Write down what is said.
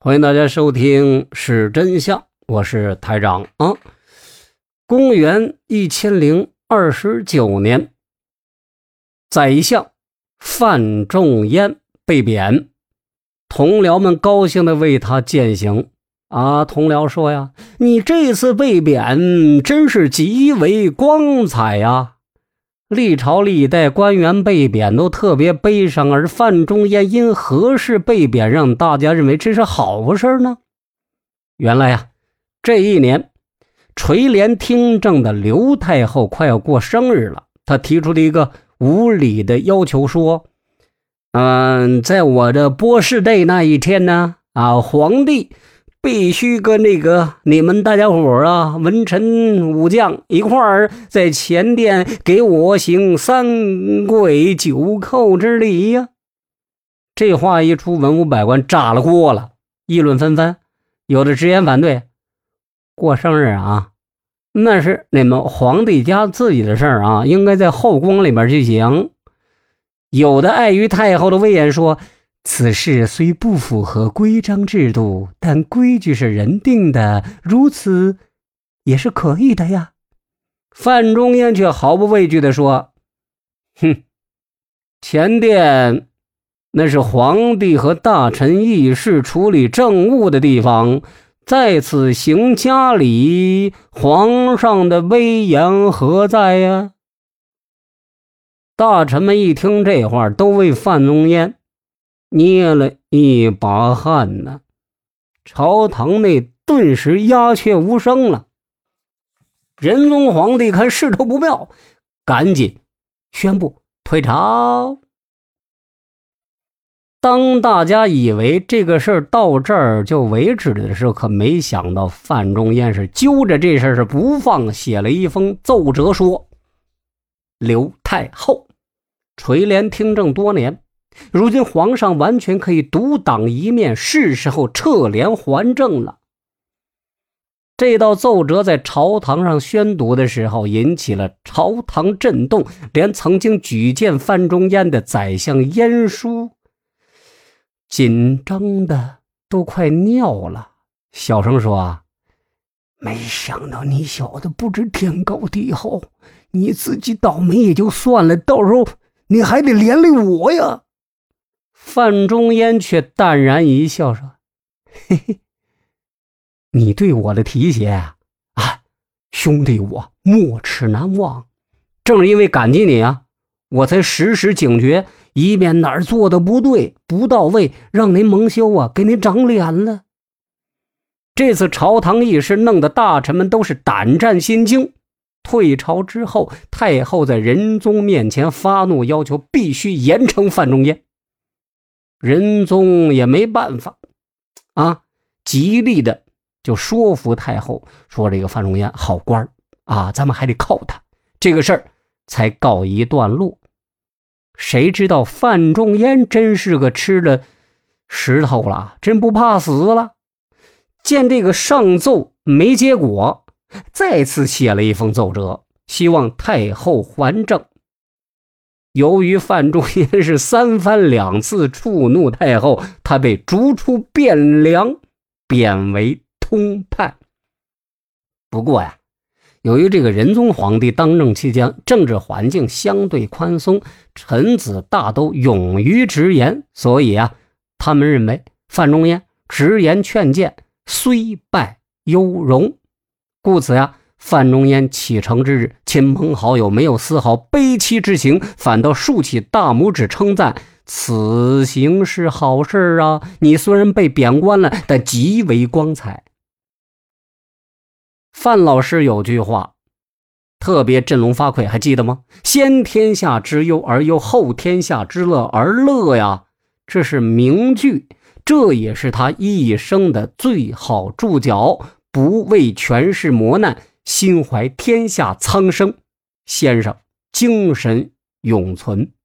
欢迎大家收听是真相，我是台长啊。公元1029年，宰相范仲淹被贬，同僚们高兴地为他饯行啊。同僚说呀，你这次被贬真是极为光彩呀。历朝历代官员被贬都特别悲伤，而范仲淹因何事被贬，让大家认为这是好事呢？原来呀，这一年垂帘听政的刘太后快要过生日了，她提出了一个无理的要求，说在我的博士day那一天呢，皇帝必须跟你们大家伙文臣武将一块儿在前殿给我行3跪9叩之礼呀。这话一出，文武百官炸了锅了，议论纷纷，有的直言反对。过生日那是你们皇帝家自己的事儿应该在后宫里面去行。有的碍于太后的威严说，此事虽不符合规章制度，但规矩是人定的，如此也是可以的呀。范仲淹却毫不畏惧地说，前殿那是皇帝和大臣议事处理政务的地方，在此行家礼，皇上的威严何在呀？大臣们一听这话，都为范仲淹捏了一把汗呢。朝堂内顿时鸦雀无声了。仁宗皇帝看势头不妙，赶紧宣布退朝。当大家以为这个事儿到这儿就为止的时候，可没想到范仲淹是揪着这事儿是不放，写了一封奏折说，刘太后垂帘听政多年，如今皇上完全可以独当一面，是时候撤帘还政了。这道奏折在朝堂上宣读的时候，引起了朝堂震动，连曾经举荐范仲淹的宰相晏殊紧张的都快尿了，小声说没想到你小子不知天高地厚，你自己倒霉也就算了，到时候你还得连累我呀。范仲淹却淡然一笑说，嘿嘿，你对我的提携兄弟我没齿难忘，正是因为感激你我才时时警觉，以免哪儿做的不对不到位，让您蒙羞给您长脸了。这次朝堂议事弄得大臣们都是胆战心惊。退朝之后，太后在仁宗面前发怒，要求必须严惩范仲淹。仁宗也没办法极力的就说服太后说，这个范仲淹好官咱们还得靠他，这个事儿才告一段落。谁知道范仲淹真是个吃了石头了，真不怕死了。见这个上奏没结果，再次写了一封奏折，希望太后还政。由于范仲淹是3番2次触怒太后，他被逐出汴梁，贬为通判。不过由于这个仁宗皇帝当政期间政治环境相对宽松，臣子大都勇于直言，所以他们认为范仲淹直言劝谏，虽败犹荣。故此范仲淹启程之日，亲朋好友没有丝毫悲戚之情，反倒竖起大拇指称赞，此行是好事你虽然被贬官了，但极为光彩。范老师有句话特别振聋发聩，还记得吗？先天下之忧而忧，后天下之乐而乐呀，这是名句，这也是他一生的最好注脚。不为权势磨难，心怀天下苍生，先生精神永存。